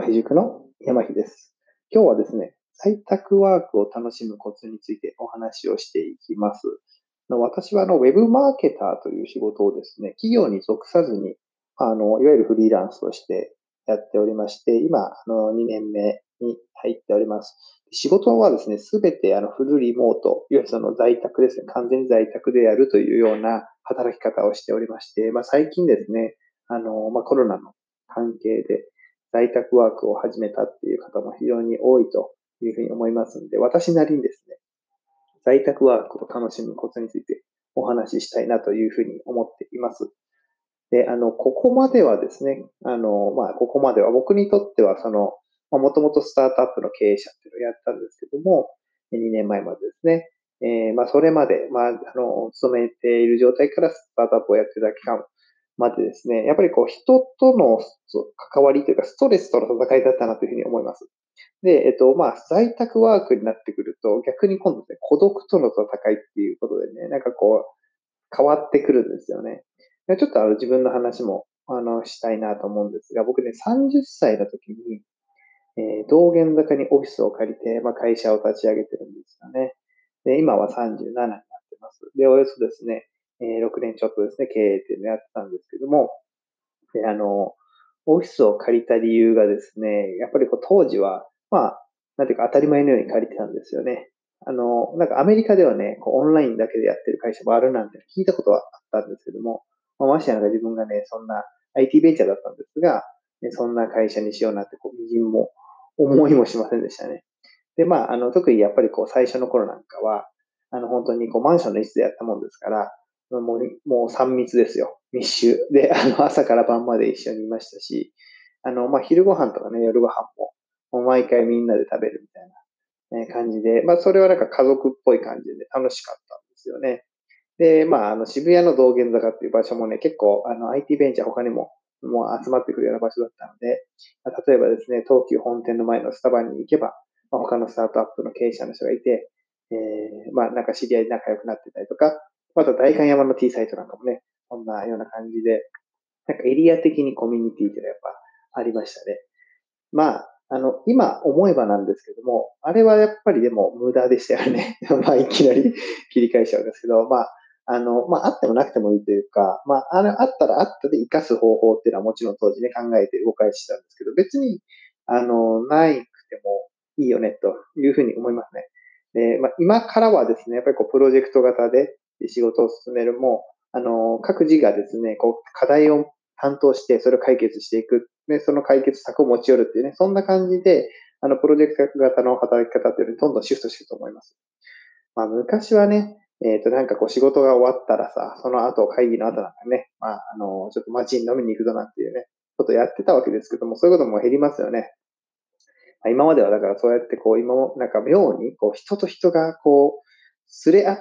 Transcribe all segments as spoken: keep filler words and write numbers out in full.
ひ塾の山木です。今日はですね、在宅ワークを楽しむコツについてお話をしていきます。私はあのウェブマーケターという仕事をですね、企業に属さずに、あのいわゆるフリーランスとしてやっておりまして、今、あのにねんめに入っております。仕事はですね、すべてあのフルリモート、いわゆるその在宅ですね、完全に在宅でやるというような働き方をしておりまして、まあ、最近ですね、あのまあ、コロナの関係で、在宅ワークを始めたっていう方も非常に多いというふうに思いますので、私なりにですね、在宅ワークを楽しむコツについてお話ししたいなというふうに思っています。で、あの、ここまではですね、あの、まあ、ここまでは僕にとっては、その、まあ、もともとスタートアップの経営者っていうのをやったんですけども、にねんまえまでですね、えー、まあ、それまで、まあ、あの、勤めている状態からスタートアップをやってた期間までですね、やっぱりこう、人との関わりというか、ストレスとの戦いだったなというふうに思います。で、えっと、まあ、在宅ワークになってくると、逆に今度ですね、孤独との戦いっていうことでね、なんかこう、変わってくるんですよね。ちょっとあの自分の話もあのしたいなと思うんですが、僕ね、さんじゅっさいの時に、えー、道玄坂にオフィスを借りて、まあ、会社を立ち上げてるんですよね。で、今はさんじゅうななになってます。で、およそですね、えー、ろくねんちょっとですね、経営っていうのをやってたんですけども、で、あの、オフィスを借りた理由がですね、やっぱりこう当時は、まあ、なんていうか当たり前のように借りてたんですよね。あの、なんかアメリカではね、こうオンラインだけでやってる会社もあるなんて聞いたことはあったんですけども、まあ、ましてやなんか自分がね、そんな アイティー ベンチャーだったんですが、ね、そんな会社にしようなんてこう、みじんも思いもしませんでしたね。で、まあ、あの、特にやっぱりこう、最初の頃なんかは、あの、本当にこう、マンションの一室でやったもんですから、もう、もうさん密ですよ。密集。で、あの、朝から晩まで一緒にいましたし、あの、まあ、昼ご飯とかね、夜ご飯も、もう毎回みんなで食べるみたいな、ね、感じで、まあ、それはなんか家族っぽい感じで楽しかったんですよね。で、まあ、あの、渋谷の道玄坂っていう場所もね、結構、あの、アイティー ベンチャー他にも、もう集まってくるような場所だったので、例えばですね、東急本店の前のスタバに行けば、まあ、他のスタートアップの経営者の人がいて、えー、まあ、なんか知り合いで仲良くなってたりとか、また代官山の T サイトなんかもね、そんなような感じで、なんかエリア的にコミュニティっていうのはやっぱありましたね。まあ、あの、今思えばなんですけども、あれはやっぱりでも無駄でしたよね。まあ、いきなり切り返しちゃうんですけど、まあ、あの、まあ、あってもなくてもいいというか、まあ、あの、あったらあったで活かす方法っていうのはもちろん当時ね、考えて動かしてたんですけど、別に、あの、ないくてもいいよね、というふうに思いますね。で、まあ、今からはですね、やっぱりこう、プロジェクト型で仕事を進めるも、あの、各自がですね、こう、課題を担当して、それを解決していく。で、その解決策を持ち寄るっていうね、そんな感じで、あの、プロジェクト型の働き方っていうのにどんどんシフトしていくと思います。まあ、昔はね、えっ、ー、と、なんかこう仕事が終わったらさ、その後、会議の後なんかね、まあ、あの、ちょっと街に飲みに行くぞなんていうね、ことをやってたわけですけども、そういうことも減りますよね。まあ、今まではだからそうやってこう、今も、なんか妙に、こう、人と人がこう、すれ合って、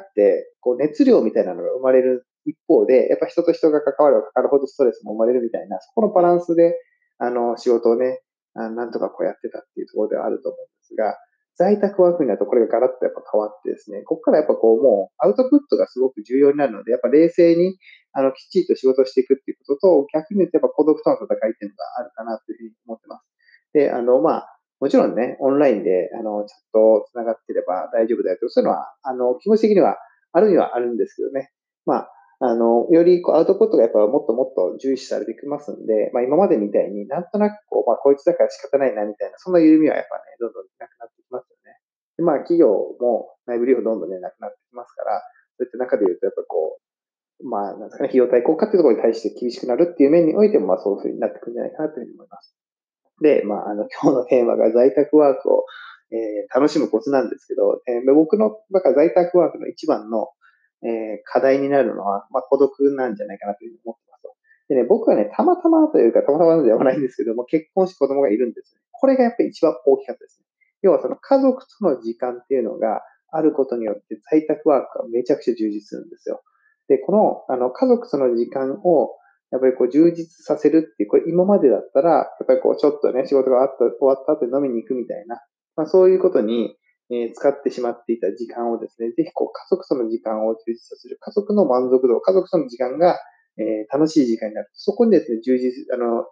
こう、熱量みたいなのが生まれる一方で、やっぱ人と人が関われば関わるほどストレスも生まれるみたいな、そこのバランスで、あの、仕事をね、あなんとかこうやってたっていうところではあると思うんですが、在宅ワークになるとこれがガラッとやっぱ変わってですね、ここからやっぱこうもうアウトプットがすごく重要になるので、やっぱ冷静にあのきっちりと仕事をしていくっていうことと、逆に言うとやっぱ孤独との戦いっていうのがあるかなというふうに思ってます。で、あの、まあ、もちろんね、オンラインで、あの、チャットつながってれば大丈夫だよと、そういうのは、あの、気持ち的にはあるにはあるんですけどね。まあ、あの、よりこうアウトプットがやっぱもっともっと重視されてきますんで、まあ今までみたいになんとなくこう、まあこいつだから仕方ないなみたいな、そんな緩みはやっぱね、どんどんなくなってきますよね。でまあ企業も内部留保どんどんね、なくなってきますから、そういった中で言うとやっぱこう、まあなんですかね、費用対効果っていうところに対して厳しくなるっていう面においても、まあそういうふうになってくるんじゃないかなというふうに思います。で、まあ、あの、今日のテーマが在宅ワークを、えー楽しむコツなんですけど、えー僕の、だから在宅ワークの一番の、えー課題になるのは、まあ、孤独なんじゃないかなというふうに思ってますと。でね、僕はね、たまたまというか、たまたまではないんですけども、結婚し子供がいるんですね。これがやっぱり一番大きかったですね。要はその家族との時間っていうのがあることによって在宅ワークがめちゃくちゃ充実するんですよ。で、この、あの、家族との時間をやっぱりこう充実させるっていう、これ今までだったら、やっぱりこうちょっとね、仕事があった、終わった後に飲みに行くみたいな、まあそういうことに、えー使ってしまっていた時間をですね、ぜひこう家族との時間を充実させる、家族の満足度、家族との時間が、えー楽しい時間になる。そこにですね、充実、あの、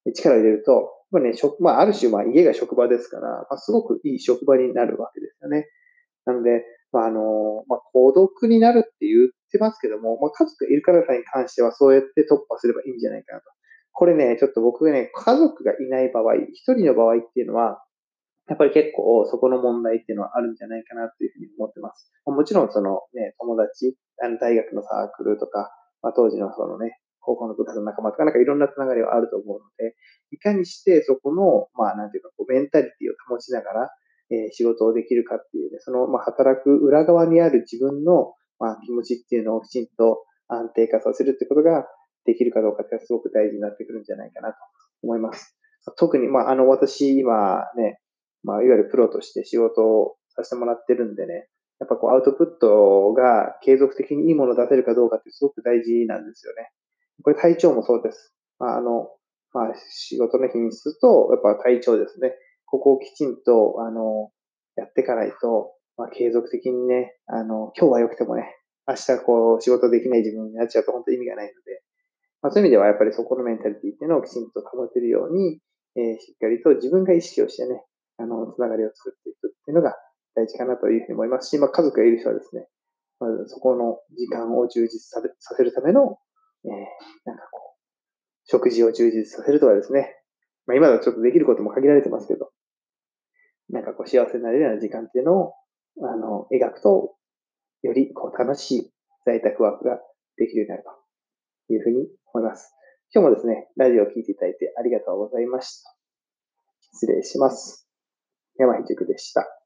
力を入れると、まあね、職まあ、ある種、まあ、家が職場ですから、まあ、すごくいい職場になるわけですよね。なので、まあ、あの、まあ、孤独になるって言ってますけども、まあ、家族がいる方に関してはそうやって突破すればいいんじゃないかなと。これね、ちょっと僕がね、家族がいない場合、一人の場合っていうのは、やっぱり結構そこの問題っていうのはあるんじゃないかなというふうに思ってます。もちろんそのね、友達、あの大学のサークルとか、まあ、当時のそのね、高校の部活の仲間とか、なんかいろんなつながりはあると思うので、いかにしてそこの、まあなんていうか、こうメンタリティを保ちながら、えー仕事をできるかっていうね、その、まあ、働く裏側にある自分の、まあ、気持ちっていうのをきちんと安定化させるってことができるかどうかってすごく大事になってくるんじゃないかなと思います。特に、まあ、あの、私、今ね、まあ、いわゆるプロとして仕事をさせてもらってるんでね、やっぱこうアウトプットが継続的にいいものを出せるかどうかってすごく大事なんですよね。これ体調もそうです。まあ、あの、まあ、仕事の品質と、やっぱ体調ですね。ここをきちんと、あの、やっていかないと、まあ、継続的にね、あの、今日は良くてもね、明日こう仕事できない自分になっちゃうと本当に意味がないので、まあ、そういう意味ではやっぱりそこのメンタリティっていうのをきちんと保てるように、えーしっかりと自分が意識をしてね、あの、つながりを作っていくっていうのが大事かなというふうに思いますし、まあ、家族がいる人はですね、まずそこの時間を充実させさせるための、えーなんかこう、食事を充実させるとかですね、まあ、今だとちょっとできることも限られてますけど、なんかこう幸せになれるような時間っていうのを、あの、描くと、よりこう楽しい在宅ワークができるようになるというふうに思います。今日もですね、ラジオを聴いていただいてありがとうございました。失礼します。山井塾でした。